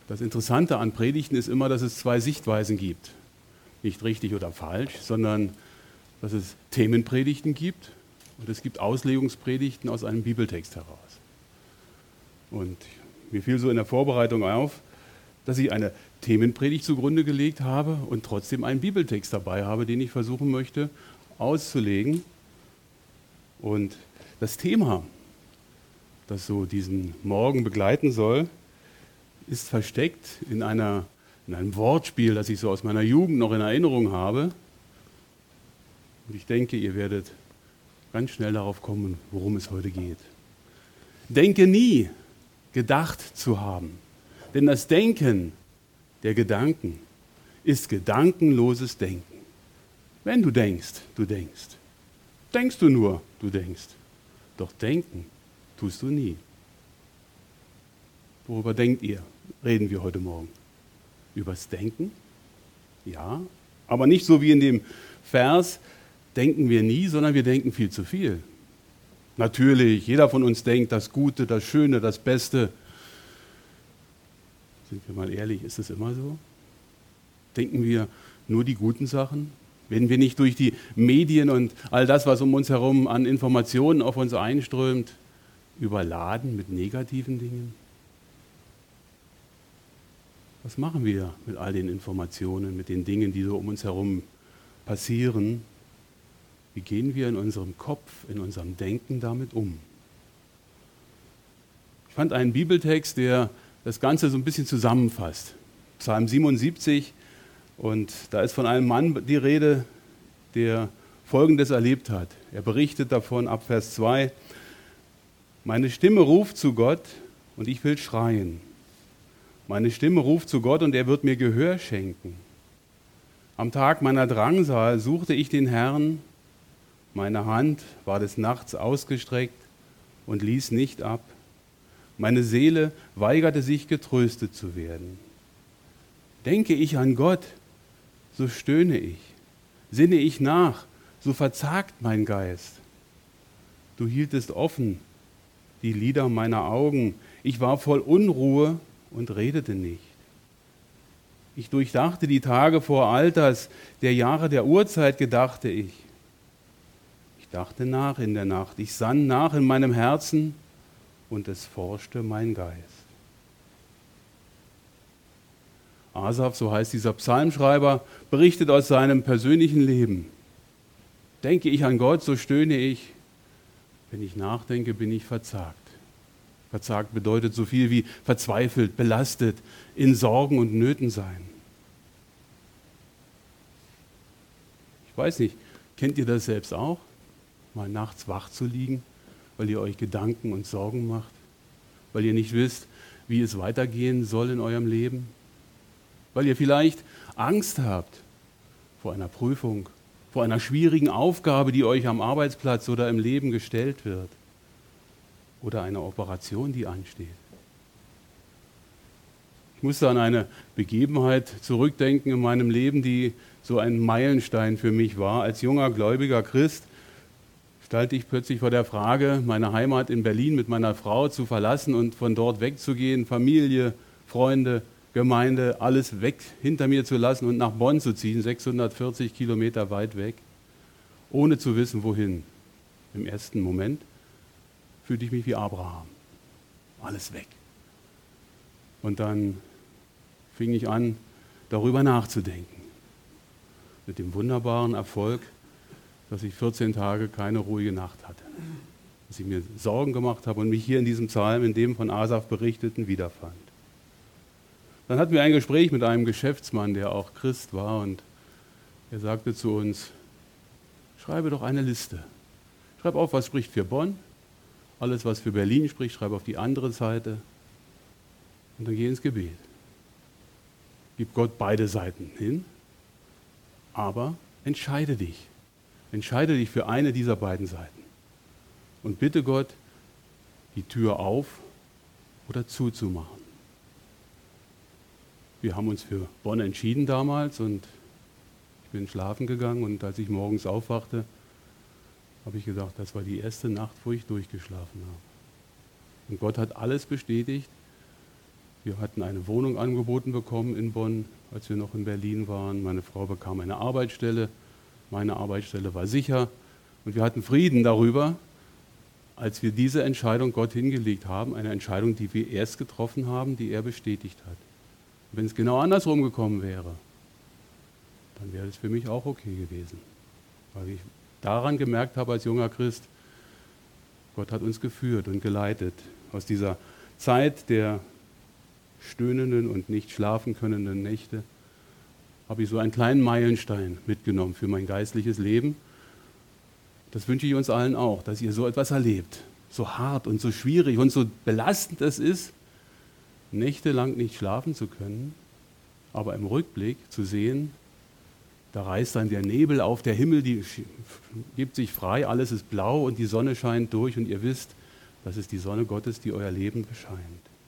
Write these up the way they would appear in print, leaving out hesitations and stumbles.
Das Interessante an Predigten ist immer, dass es zwei Sichtweisen gibt. Nicht richtig oder falsch, sondern dass es Themenpredigten gibt und es gibt Auslegungspredigten aus einem Bibeltext heraus. Und mir fiel so in der Vorbereitung auf, dass ich eine Themenpredigt zugrunde gelegt habe und trotzdem einen Bibeltext dabei habe, den ich versuchen möchte auszulegen. Und das Thema, das so diesen Morgen begleiten soll, ist versteckt in einem Wortspiel, das ich so aus meiner Jugend noch in Erinnerung habe. Und ich denke, ihr werdet ganz schnell darauf kommen, worum es heute geht. Denke nie, gedacht zu haben. Denn das Denken der Gedanken ist gedankenloses Denken. Wenn du denkst, du denkst. Denkst du nur, du denkst. Doch denken tust du nie. Worüber denkt ihr? Reden wir heute Morgen. Übers Denken? Ja, aber nicht so wie in dem Vers, denken wir nie, sondern wir denken viel zu viel. Natürlich, jeder von uns denkt das Gute, das Schöne, das Beste. Sind wir mal ehrlich, ist es immer so? Denken wir nur die guten Sachen? Werden wir nicht durch die Medien und all das, was um uns herum an Informationen auf uns einströmt, überladen mit negativen Dingen? Was machen wir mit all den Informationen, mit den Dingen, die so um uns herum passieren? Wie gehen wir in unserem Kopf, in unserem Denken damit um? Ich fand einen Bibeltext, der das Ganze so ein bisschen zusammenfasst. Psalm 77, und da ist von einem Mann die Rede, der Folgendes erlebt hat. Er berichtet davon ab Vers 2, meine Stimme ruft zu Gott und ich will schreien. Meine Stimme ruft zu Gott und er wird mir Gehör schenken. Am Tag meiner Drangsal suchte ich den Herrn, meine Hand war des Nachts ausgestreckt und ließ nicht ab. Meine Seele weigerte sich, getröstet zu werden. Denke ich an Gott, so stöhne ich. Sinne ich nach, so verzagt mein Geist. Du hieltest offen die Lider meiner Augen. Ich war voll Unruhe und redete nicht. Ich durchdachte die Tage vor Alters, der Jahre der Urzeit gedachte ich. Ich dachte nach in der Nacht, ich sann nach in meinem Herzen und es forschte mein Geist. Asaf, so heißt dieser Psalmschreiber, berichtet aus seinem persönlichen Leben. Denke ich an Gott, so stöhne ich. Wenn ich nachdenke, bin ich verzagt. Verzagt bedeutet so viel wie verzweifelt, belastet, in Sorgen und Nöten sein. Ich weiß nicht, kennt ihr das selbst auch? Mal nachts wach zu liegen, weil ihr euch Gedanken und Sorgen macht? Weil ihr nicht wisst, wie es weitergehen soll in eurem Leben? Weil ihr vielleicht Angst habt vor einer Prüfung, vor einer schwierigen Aufgabe, die euch am Arbeitsplatz oder im Leben gestellt wird? Oder einer Operation, die ansteht. Ich musste an eine Begebenheit zurückdenken in meinem Leben, die so ein Meilenstein für mich war. Als junger gläubiger Christ stand ich plötzlich vor der Frage, meine Heimat in Berlin mit meiner Frau zu verlassen und von dort wegzugehen, Familie, Freunde, Gemeinde, alles weg hinter mir zu lassen und nach Bonn zu ziehen, 640 Kilometer weit weg, ohne zu wissen, wohin. Im ersten Moment fühlte ich mich wie Abraham. Alles weg. Und dann fing ich an, darüber nachzudenken. Mit dem wunderbaren Erfolg, dass ich 14 Tage keine ruhige Nacht hatte. Dass ich mir Sorgen gemacht habe und mich hier in diesem Psalm, in dem von Asaf berichteten, wiederfand. Dann hatten wir ein Gespräch mit einem Geschäftsmann, der auch Christ war, und er sagte zu uns, schreibe doch eine Liste. Schreib auf, was spricht für Bonn. Alles, was für Berlin spricht, schreibe auf die andere Seite und dann geh ins Gebet. Gib Gott beide Seiten hin, aber entscheide dich. Entscheide dich für eine dieser beiden Seiten und bitte Gott, die Tür auf oder zuzumachen. Wir haben uns für Bonn entschieden damals und ich bin schlafen gegangen und als ich morgens aufwachte, habe ich gesagt, das war die erste Nacht, wo ich durchgeschlafen habe. Und Gott hat alles bestätigt, Wir hatten eine Wohnung angeboten bekommen in Bonn, als wir noch in Berlin waren. Meine Frau bekam eine Arbeitsstelle. Meine Arbeitsstelle war sicher. Und wir hatten Frieden darüber, als wir diese Entscheidung Gott hingelegt haben. Eine Entscheidung, die wir erst getroffen haben, die er bestätigt hat. Wenn es genau andersrum gekommen wäre, dann wäre es für mich auch okay gewesen. Weil ich daran gemerkt habe als junger Christ, Gott hat uns geführt und geleitet. Aus dieser Zeit der stöhnenden und nicht schlafen könnenden Nächte habe ich so einen kleinen Meilenstein mitgenommen für mein geistliches Leben. Das wünsche ich uns allen auch, dass ihr so etwas erlebt. So hart und so schwierig und so belastend es ist, nächtelang nicht schlafen zu können, aber im Rückblick zu sehen, da reißt dann der Nebel auf, der Himmel gibt sich frei, alles ist blau und die Sonne scheint durch und ihr wisst, das ist die Sonne Gottes, die euer Leben bescheint.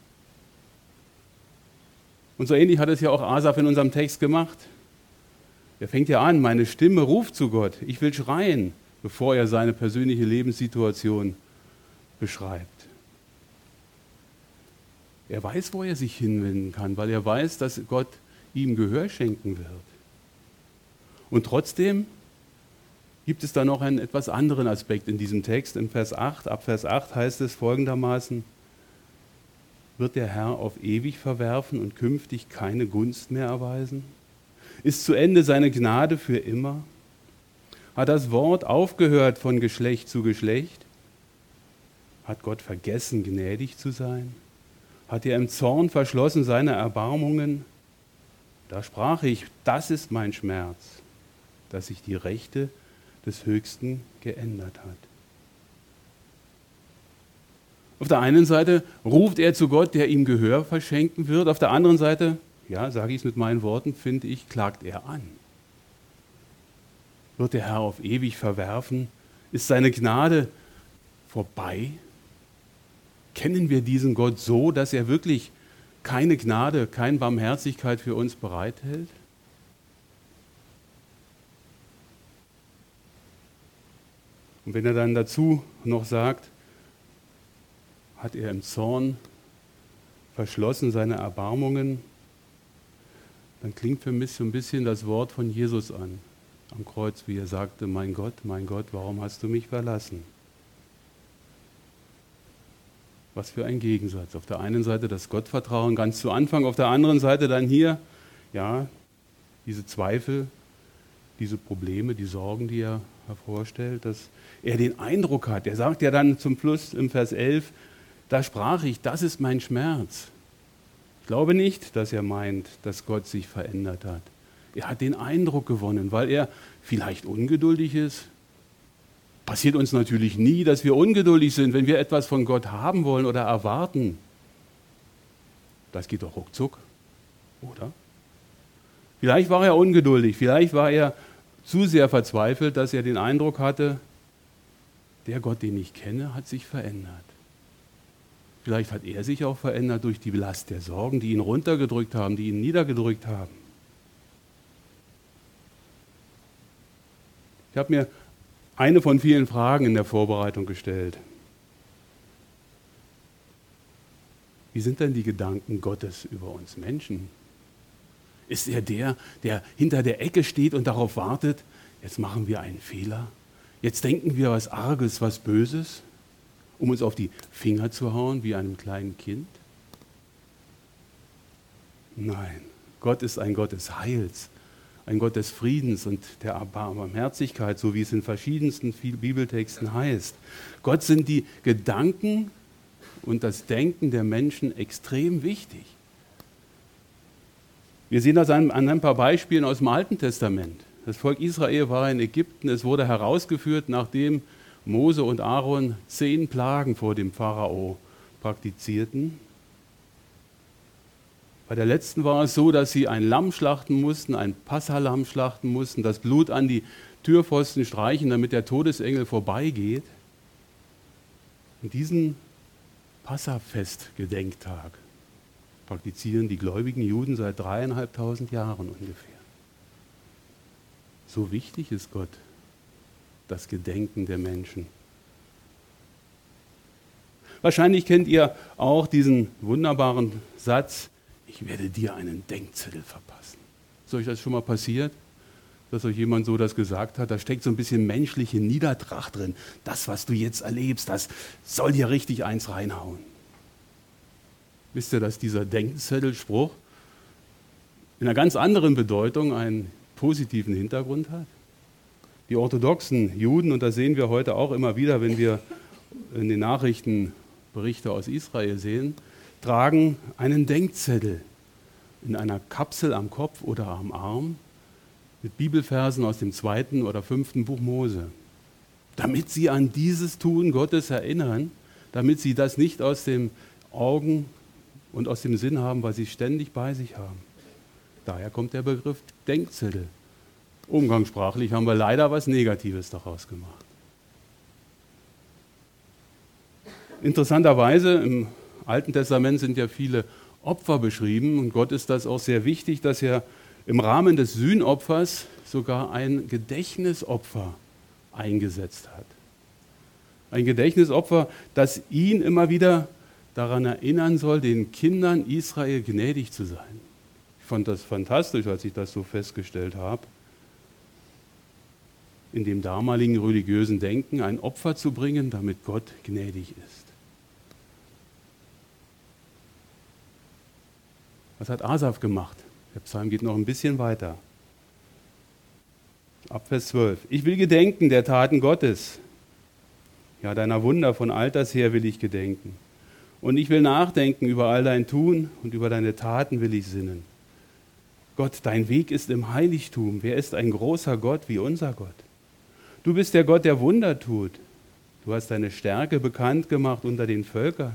Und so ähnlich hat es ja auch Asaf in unserem Text gemacht. Er fängt ja an, meine Stimme ruft zu Gott, ich will schreien, bevor er seine persönliche Lebenssituation beschreibt. Er weiß, wo er sich hinwenden kann, weil er weiß, dass Gott ihm Gehör schenken wird. Und trotzdem gibt es da noch einen etwas anderen Aspekt in diesem Text. Im Vers 8, ab Vers 8 heißt es folgendermaßen: Wird der Herr auf ewig verwerfen und künftig keine Gunst mehr erweisen? Ist zu Ende seine Gnade für immer? Hat das Wort aufgehört von Geschlecht zu Geschlecht? Hat Gott vergessen, gnädig zu sein? Hat er im Zorn verschlossen seine Erbarmungen? Da sprach ich, das ist mein Schmerz, dass sich die Rechte des Höchsten geändert hat. Auf der einen Seite ruft er zu Gott, der ihm Gehör verschenken wird. Auf der anderen Seite, ja, sage ich es mit meinen Worten, finde ich, klagt er an. Wird der Herr auf ewig verwerfen? Ist seine Gnade vorbei? Kennen wir diesen Gott so, dass er wirklich keine Gnade, keine Barmherzigkeit für uns bereithält? Und wenn er dann dazu noch sagt, hat er im Zorn verschlossen seine Erbarmungen, dann klingt für mich so ein bisschen das Wort von Jesus an, am Kreuz, wie er sagte, mein Gott, warum hast du mich verlassen? Was für ein Gegensatz. Auf der einen Seite das Gottvertrauen ganz zu Anfang, auf der anderen Seite dann hier, ja, diese Zweifel, diese Probleme, die Sorgen, die er hervorstellt, dass er den Eindruck hat, er sagt ja dann zum Schluss im Vers 11, da sprach ich, das ist mein Schmerz. Ich glaube nicht, dass er meint, dass Gott sich verändert hat. Er hat den Eindruck gewonnen, weil er vielleicht ungeduldig ist. Passiert uns natürlich nie, dass wir ungeduldig sind, wenn wir etwas von Gott haben wollen oder erwarten. Das geht doch ruckzuck, oder? Vielleicht war er ungeduldig, vielleicht war er zu sehr verzweifelt, dass er den Eindruck hatte, der Gott, den ich kenne, hat sich verändert. Vielleicht hat er sich auch verändert durch die Last der Sorgen, die ihn runtergedrückt haben, die ihn niedergedrückt haben. Ich habe mir eine von vielen Fragen in der Vorbereitung gestellt. Wie sind denn die Gedanken Gottes über uns Menschen? Ist er der hinter der Ecke steht und darauf wartet, jetzt machen wir einen Fehler, jetzt denken wir was Arges, was Böses, um uns auf die Finger zu hauen wie einem kleinen Kind? Nein, Gott ist ein Gott des Heils, ein Gott des Friedens und der Barmherzigkeit, so wie es in verschiedensten Bibeltexten heißt. Gott sind die Gedanken und das Denken der Menschen extrem wichtig. Wir sehen das an ein paar Beispielen aus dem Alten Testament. Das Volk Israel war in Ägypten, es wurde herausgeführt, nachdem Mose und Aaron 10 Plagen vor dem Pharao praktizierten. Bei der letzten war es so, dass sie ein Lamm schlachten mussten, ein Passalamm schlachten mussten, das Blut an die Türpfosten streichen, damit der Todesengel vorbeigeht. Und diesen Passafest-Gedenktag praktizieren die gläubigen Juden seit 3.500 Jahren ungefähr. So wichtig ist Gott, das Gedenken der Menschen. Wahrscheinlich kennt ihr auch diesen wunderbaren Satz, ich werde dir einen Denkzettel verpassen. Ist euch das schon mal passiert, dass euch jemand so das gesagt hat? Da steckt so ein bisschen menschliche Niedertracht drin. Das, was du jetzt erlebst, das soll dir richtig eins reinhauen. Wisst ihr, dass dieser Denkzettelspruch in einer ganz anderen Bedeutung einen positiven Hintergrund hat? Die orthodoxen Juden, und das sehen wir heute auch immer wieder, wenn wir in den Nachrichten Berichte aus Israel sehen, tragen einen Denkzettel in einer Kapsel am Kopf oder am Arm mit Bibelversen aus dem 2. oder 5. Buch Mose, damit sie an dieses Tun Gottes erinnern, damit sie das nicht aus den Augen und aus dem Sinn haben, weil sie es ständig bei sich haben. Daher kommt der Begriff Denkzettel. Umgangssprachlich haben wir leider was Negatives daraus gemacht. Interessanterweise, im Alten Testament sind ja viele Opfer beschrieben und Gott ist das auch sehr wichtig, dass er im Rahmen des Sühnopfers sogar ein Gedächtnisopfer eingesetzt hat. Ein Gedächtnisopfer, das ihn immer wieder daran erinnern soll, den Kindern Israel gnädig zu sein. Ich fand das fantastisch, als ich das so festgestellt habe. In dem damaligen religiösen Denken ein Opfer zu bringen, damit Gott gnädig ist. Was hat Asaf gemacht? Der Psalm geht noch ein bisschen weiter. Ab Vers 12. Ich will gedenken der Taten Gottes. Ja, deiner Wunder von alters her will ich gedenken. Und ich will nachdenken über all dein Tun und über deine Taten will ich sinnen. Gott, dein Weg ist im Heiligtum. Wer ist ein großer Gott wie unser Gott? Du bist der Gott, der Wunder tut. Du hast deine Stärke bekannt gemacht unter den Völkern.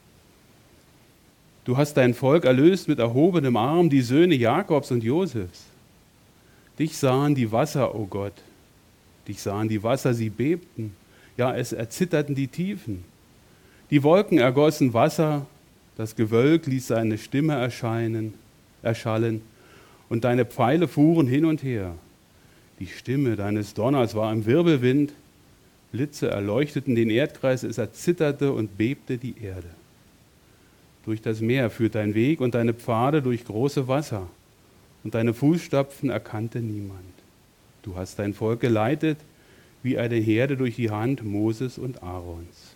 Du hast dein Volk erlöst mit erhobenem Arm, die Söhne Jakobs und Josefs. Dich sahen die Wasser, o Gott. Dich sahen die Wasser, sie bebten. Ja, es erzitterten die Tiefen. Die Wolken ergossen Wasser, das Gewölk ließ seine Stimme erschallen, und deine Pfeile fuhren hin und her. Die Stimme deines Donners war im Wirbelwind, Blitze erleuchteten den Erdkreis, es erzitterte und bebte die Erde. Durch das Meer führt dein Weg und deine Pfade durch große Wasser, und deine Fußstapfen erkannte niemand. Du hast dein Volk geleitet, wie eine Herde durch die Hand Moses und Aarons.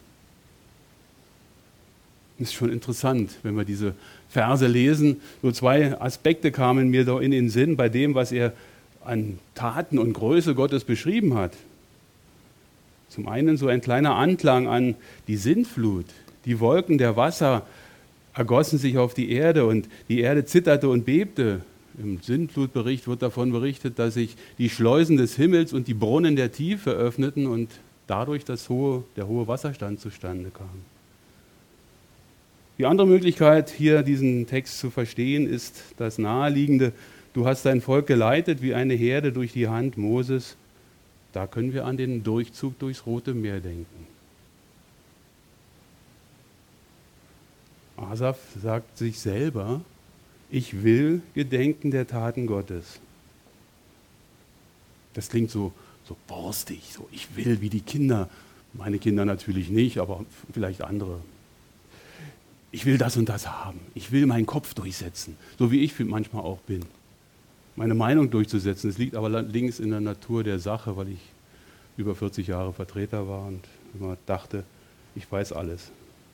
Das ist schon interessant, wenn wir diese Verse lesen. So zwei Aspekte kamen mir da in den Sinn bei dem, was er an Taten und Größe Gottes beschrieben hat. Zum einen so ein kleiner Anklang an die Sintflut. Die Wolken der Wasser ergossen sich auf die Erde und die Erde zitterte und bebte. Im Sintflutbericht wird davon berichtet, dass sich die Schleusen des Himmels und die Brunnen der Tiefe öffneten und dadurch der hohe Wasserstand zustande kam. Die andere Möglichkeit, hier diesen Text zu verstehen, ist das naheliegende: Du hast dein Volk geleitet wie eine Herde durch die Hand Moses. Da können wir an den Durchzug durchs Rote Meer denken. Asaf sagt sich selber, ich will gedenken der Taten Gottes. Das klingt so borstig, so ich will wie die Kinder. Meine Kinder natürlich nicht, aber vielleicht andere. Ich will das und das haben. Ich will meinen Kopf durchsetzen, so wie ich manchmal auch bin. Meine Meinung durchzusetzen. Es liegt aber allerdings in der Natur der Sache, weil ich über 40 Jahre Vertreter war und immer dachte, ich weiß alles.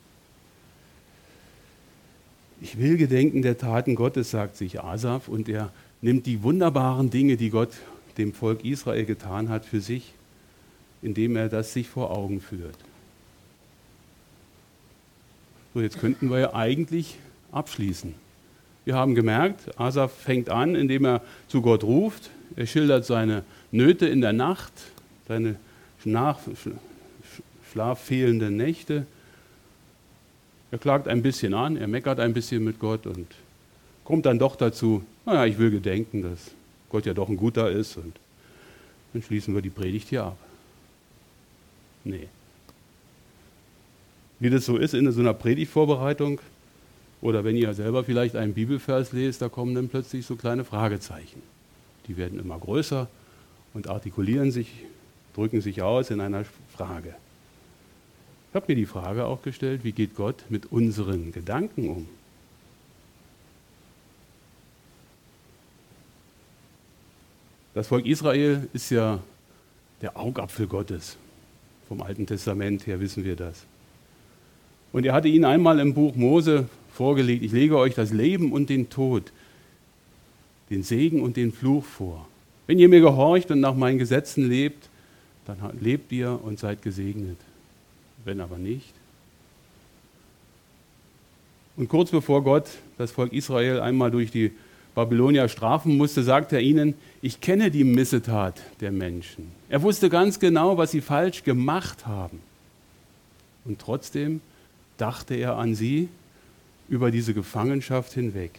Ich will gedenken der Taten Gottes, sagt sich Asaf, und er nimmt die wunderbaren Dinge, die Gott dem Volk Israel getan hat, für sich, indem er das sich vor Augen führt. So, jetzt könnten wir ja eigentlich abschließen. Wir haben gemerkt, Asaf fängt an, indem er zu Gott ruft. Er schildert seine Nöte in der Nacht, seine schlaffehlenden Nächte. Er klagt ein bisschen an, er meckert ein bisschen mit Gott und kommt dann doch dazu, naja, ich will gedenken, dass Gott ja doch ein Guter ist, und dann schließen wir die Predigt hier ab. Nee. Wie das so ist in so einer Predigtvorbereitung oder wenn ihr selber vielleicht einen Bibelvers lest, da kommen dann plötzlich so kleine Fragezeichen. Die werden immer größer und artikulieren sich, drücken sich aus in einer Frage. Ich habe mir die Frage auch gestellt, wie geht Gott mit unseren Gedanken um? Das Volk Israel ist ja der Augapfel Gottes. Vom Alten Testament her wissen wir das. Und er hatte ihnen einmal im Buch Mose vorgelegt, ich lege euch das Leben und den Tod, den Segen und den Fluch vor. Wenn ihr mir gehorcht und nach meinen Gesetzen lebt, dann lebt ihr und seid gesegnet. Wenn aber nicht. Und kurz bevor Gott das Volk Israel einmal durch die Babylonier strafen musste, sagte er ihnen, ich kenne die Missetat der Menschen. Er wusste ganz genau, was sie falsch gemacht haben. Und trotzdem dachte er an sie über diese Gefangenschaft hinweg.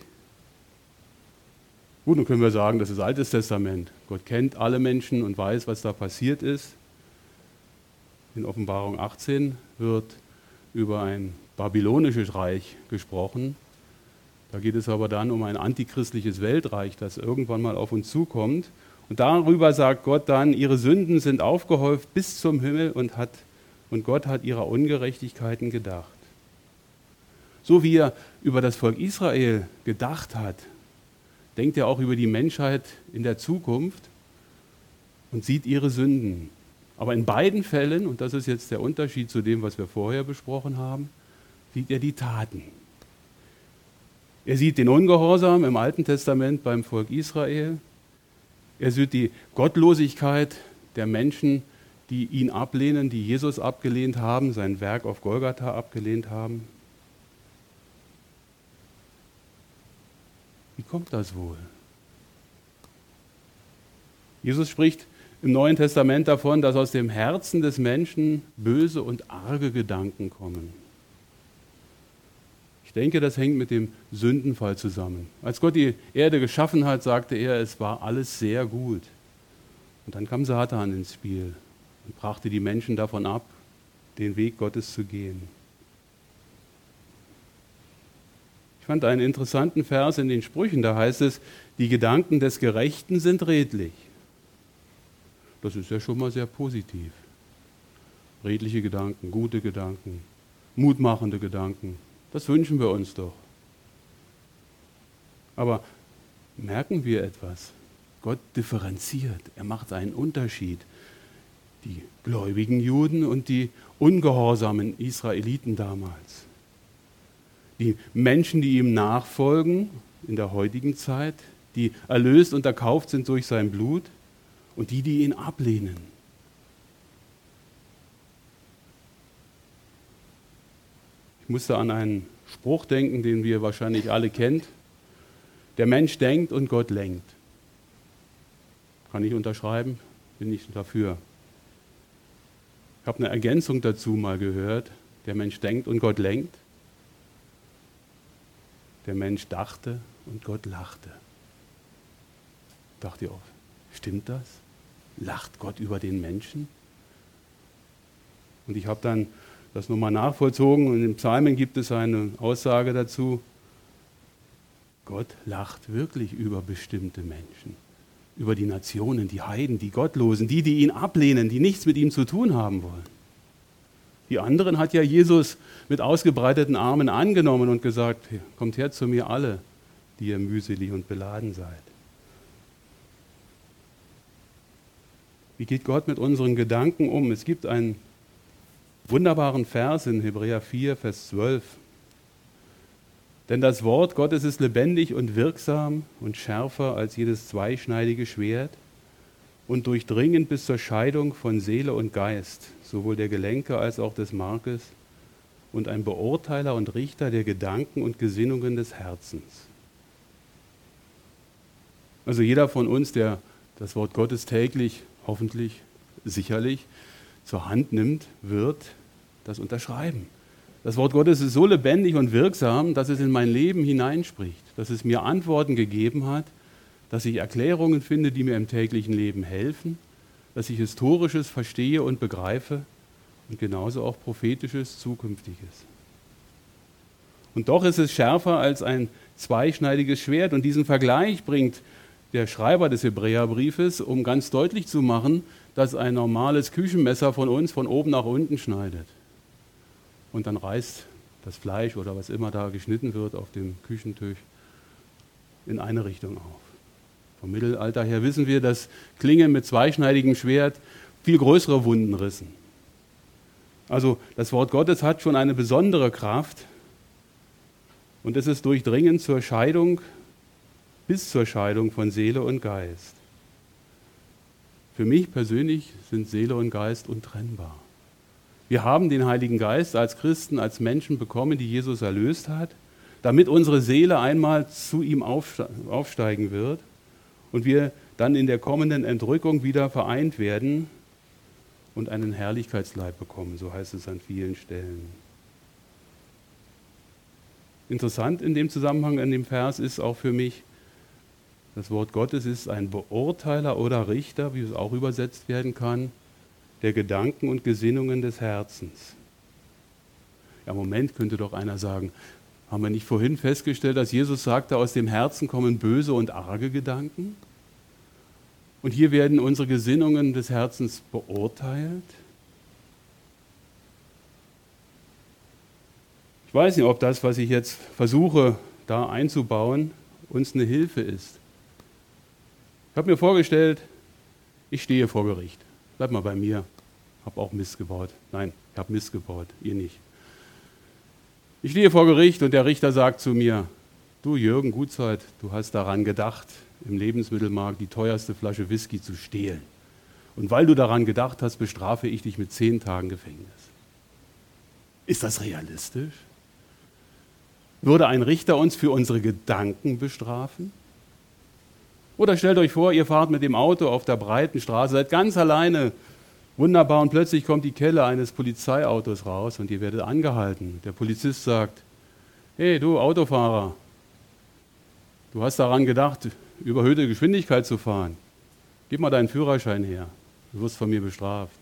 Gut, nun können wir sagen, das ist Altes Testament. Gott kennt alle Menschen und weiß, was da passiert ist. In Offenbarung 18 wird über ein babylonisches Reich gesprochen. Da geht es aber dann um ein antichristliches Weltreich, das irgendwann mal auf uns zukommt. Und darüber sagt Gott dann, ihre Sünden sind aufgehäuft bis zum Himmel und Gott hat ihrer Ungerechtigkeiten gedacht. So wie er über das Volk Israel gedacht hat, denkt er auch über die Menschheit in der Zukunft und sieht ihre Sünden. Aber in beiden Fällen, und das ist jetzt der Unterschied zu dem, was wir vorher besprochen haben, sieht er die Taten. Er sieht den Ungehorsam im Alten Testament beim Volk Israel. Er sieht die Gottlosigkeit der Menschen, die ihn ablehnen, die Jesus abgelehnt haben, sein Werk auf Golgatha abgelehnt haben. Wie kommt das wohl? Jesus spricht im Neuen Testament davon, dass aus dem Herzen des Menschen böse und arge Gedanken kommen. Ich denke, das hängt mit dem Sündenfall zusammen. Als Gott die Erde geschaffen hat, sagte er, es war alles sehr gut. Und dann kam Satan ins Spiel und brachte die Menschen davon ab, den Weg Gottes zu gehen. Ich fand einen interessanten Vers in den Sprüchen, da heißt es, die Gedanken des Gerechten sind redlich. Das ist ja schon mal sehr positiv. Redliche Gedanken, gute Gedanken, mutmachende Gedanken, das wünschen wir uns doch. Aber merken wir etwas? Gott differenziert, er macht einen Unterschied. Die gläubigen Juden und die ungehorsamen Israeliten damals. Die Menschen, die ihm nachfolgen in der heutigen Zeit, die erlöst und erkauft sind durch sein Blut und die ihn ablehnen. Ich musste an einen Spruch denken, den wir wahrscheinlich alle kennt. Der Mensch denkt und Gott lenkt. Kann ich unterschreiben? Bin ich dafür. Ich habe eine Ergänzung dazu mal gehört. Der Mensch denkt und Gott lenkt. Der Mensch dachte und Gott lachte. Dachte ich auch, stimmt das? Lacht Gott über den Menschen? Und ich habe dann das nochmal nachvollzogen und im Psalmen gibt es eine Aussage dazu. Gott lacht wirklich über bestimmte Menschen, über die Nationen, die Heiden, die Gottlosen, die ihn ablehnen, die nichts mit ihm zu tun haben wollen. Die anderen hat ja Jesus mit ausgebreiteten Armen angenommen und gesagt, kommt her zu mir alle, die ihr mühselig und beladen seid. Wie geht Gott mit unseren Gedanken um? Es gibt einen wunderbaren Vers in Hebräer 4, Vers 12. Denn das Wort Gottes ist lebendig und wirksam und schärfer als jedes zweischneidige Schwert und durchdringend bis zur Scheidung von Seele und Geist, sowohl der Gelenke als auch des Markes, und ein Beurteiler und Richter der Gedanken und Gesinnungen des Herzens. Also jeder von uns, der das Wort Gottes täglich, hoffentlich, sicherlich zur Hand nimmt, wird das unterschreiben. Das Wort Gottes ist so lebendig und wirksam, dass es in mein Leben hineinspricht, dass es mir Antworten gegeben hat, dass ich Erklärungen finde, die mir im täglichen Leben helfen, dass ich Historisches verstehe und begreife und genauso auch Prophetisches, Zukünftiges. Und doch ist es schärfer als ein zweischneidiges Schwert. Und diesen Vergleich bringt der Schreiber des Hebräerbriefes, um ganz deutlich zu machen, dass ein normales Küchenmesser von uns von oben nach unten schneidet. und dann reißt das Fleisch oder was immer da geschnitten wird auf dem Küchentisch in eine Richtung auf. Vom Mittelalter her wissen wir, dass Klingen mit zweischneidigem Schwert viel größere Wunden rissen. Also das Wort Gottes hat schon eine besondere Kraft und es ist durchdringend zur Scheidung, bis zur Scheidung von Seele und Geist. Für mich persönlich sind Seele und Geist untrennbar. Wir haben den Heiligen Geist als Christen, als Menschen bekommen, die Jesus erlöst hat, damit unsere Seele einmal zu ihm aufsteigen wird und wir dann in der kommenden Entrückung wieder vereint werden und einen Herrlichkeitsleib bekommen, so heißt es an vielen Stellen. Interessant in dem Zusammenhang, in dem Vers ist auch für mich, das Wort Gottes ist ein Beurteiler oder Richter, wie es auch übersetzt werden kann, der Gedanken und Gesinnungen des Herzens. Ja, Moment, könnte doch einer sagen, haben wir nicht vorhin festgestellt, dass Jesus sagte, aus dem Herzen kommen böse und arge Gedanken? Und hier werden unsere Gesinnungen des Herzens beurteilt. Ich weiß nicht, ob das, was ich jetzt versuche, da einzubauen, uns eine Hilfe ist. Ich habe mir vorgestellt, ich stehe vor Gericht. Bleib mal bei mir. Ich habe auch Mist gebaut. Nein, ich habe Mist gebaut, ihr nicht. Ich stehe vor Gericht und der Richter sagt zu mir, du Jürgen Gutzeit, du hast daran gedacht, im Lebensmittelmarkt die teuerste Flasche Whisky zu stehlen. Und weil du daran gedacht hast, bestrafe ich dich mit 10 Tagen Gefängnis. Ist das realistisch? Würde ein Richter uns für unsere Gedanken bestrafen? Oder stellt euch vor, ihr fahrt mit dem Auto auf der breiten Straße, seid ganz alleine, wunderbar, und plötzlich kommt die Kelle eines Polizeiautos raus und ihr werdet angehalten. Der Polizist sagt, hey du Autofahrer, du hast daran gedacht, überhöhte Geschwindigkeit zu fahren. Gib mal deinen Führerschein her, du wirst von mir bestraft.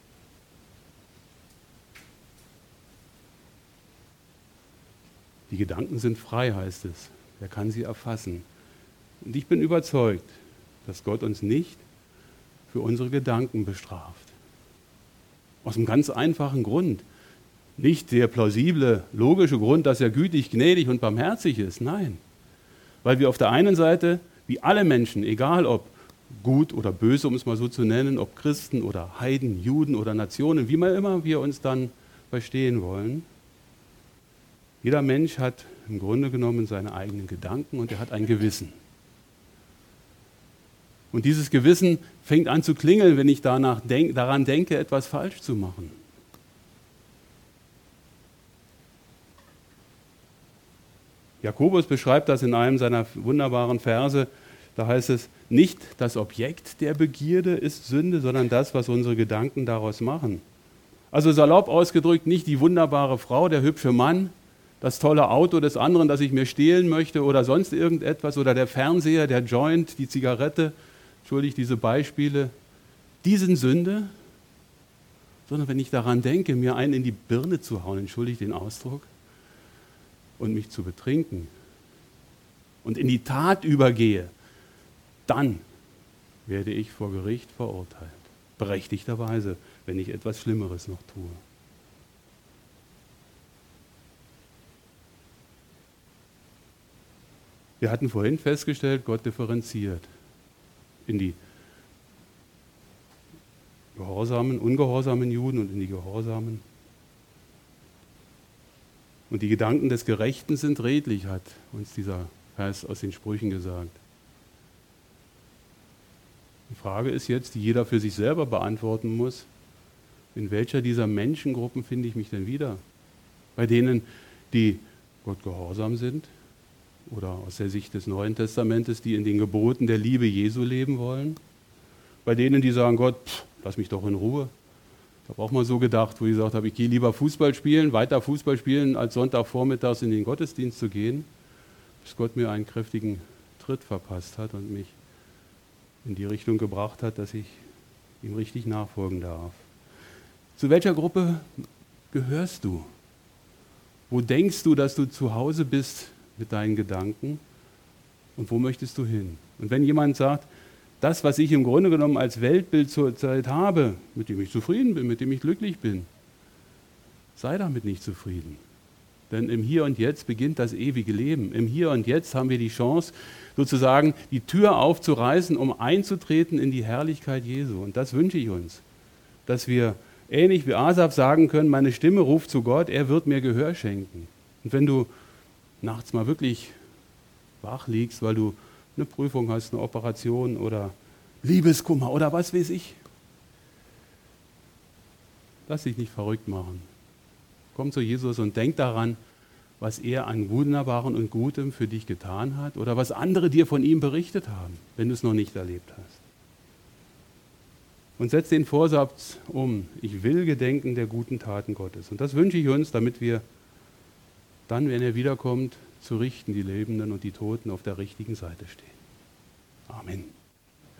Die Gedanken sind frei, heißt es. Wer kann sie erfassen? Und ich bin überzeugt, dass Gott uns nicht für unsere Gedanken bestraft. Aus einem ganz einfachen Grund. Nicht der plausible, logische Grund, dass er gütig, gnädig und barmherzig ist. Nein. Weil wir auf der einen Seite, wie alle Menschen, egal ob gut oder böse, um es mal so zu nennen, ob Christen oder Heiden, Juden oder Nationen, wie immer wir uns dann verstehen wollen, jeder Mensch hat im Grunde genommen seine eigenen Gedanken und er hat ein Gewissen. Und dieses Gewissen fängt an zu klingeln, wenn ich daran denke, etwas falsch zu machen. Jakobus beschreibt das in einem seiner wunderbaren Verse. Da heißt es, nicht das Objekt der Begierde ist Sünde, sondern das, was unsere Gedanken daraus machen. Also salopp ausgedrückt, nicht die wunderbare Frau, der hübsche Mann, das tolle Auto des anderen, das ich mir stehlen möchte oder sonst irgendetwas, oder der Fernseher, der Joint, die Zigarette, entschuldigt diese Beispiele, die sind Sünde, sondern wenn ich daran denke, mir einen in die Birne zu hauen, entschuldigt den Ausdruck, und mich zu betrinken und in die Tat übergehe, dann werde ich vor Gericht verurteilt. Berechtigterweise, wenn ich etwas Schlimmeres noch tue. Wir hatten vorhin festgestellt, Gott differenziert in die gehorsamen, ungehorsamen Juden und in die gehorsamen. Und die Gedanken des Gerechten sind redlich, hat uns dieser Vers aus den Sprüchen gesagt. Die Frage ist jetzt, die jeder für sich selber beantworten muss, in welcher dieser Menschengruppen finde ich mich denn wieder? Bei denen, die Gott gehorsam sind oder aus der Sicht des Neuen Testamentes, die in den Geboten der Liebe Jesu leben wollen? Bei denen, die sagen, Gott, lass mich doch in Ruhe. Ich habe auch mal so gedacht, wo ich gesagt habe, ich gehe lieber Fußball spielen, weiter Fußball spielen, als Sonntagvormittags in den Gottesdienst zu gehen, bis Gott mir einen kräftigen Tritt verpasst hat und mich in die Richtung gebracht hat, dass ich ihm richtig nachfolgen darf. Zu welcher Gruppe gehörst du? Wo denkst du, dass du zu Hause bist mit deinen Gedanken? Und wo möchtest du hin? Und wenn jemand sagt, das, was ich im Grunde genommen als Weltbild zurzeit habe, mit dem ich zufrieden bin, mit dem ich glücklich bin, sei damit nicht zufrieden. Denn im Hier und Jetzt beginnt das ewige Leben. Im Hier und Jetzt haben wir die Chance, sozusagen die Tür aufzureißen, um einzutreten in die Herrlichkeit Jesu. Und das wünsche ich uns, dass wir ähnlich wie Asaf sagen können, meine Stimme ruft zu Gott, er wird mir Gehör schenken. Und wenn du nachts mal wirklich wach liegst, weil du eine Prüfung hast, eine Operation oder Liebeskummer oder was weiß ich, lass dich nicht verrückt machen. Komm zu Jesus und denk daran, was er an Wunderbaren und Gutem für dich getan hat oder was andere dir von ihm berichtet haben, wenn du es noch nicht erlebt hast. Und setz den Vorsatz um, ich will gedenken der guten Taten Gottes. Und das wünsche ich uns, damit wir dann, wenn er wiederkommt, zu richten, die Lebenden und die Toten auf der richtigen Seite stehen. Amen.